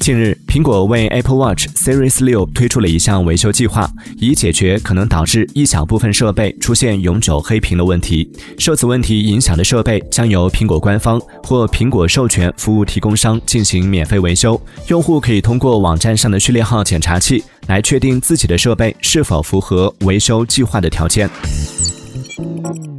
近日，苹果为 Apple Watch Series 6推出了一项维修计划，以解决可能导致一小部分设备出现永久黑屏的问题。受此问题影响的设备将由苹果官方或苹果授权服务提供商进行免费维修。用户可以通过网站上的序列号检查器来确定自己的设备是否符合维修计划的条件。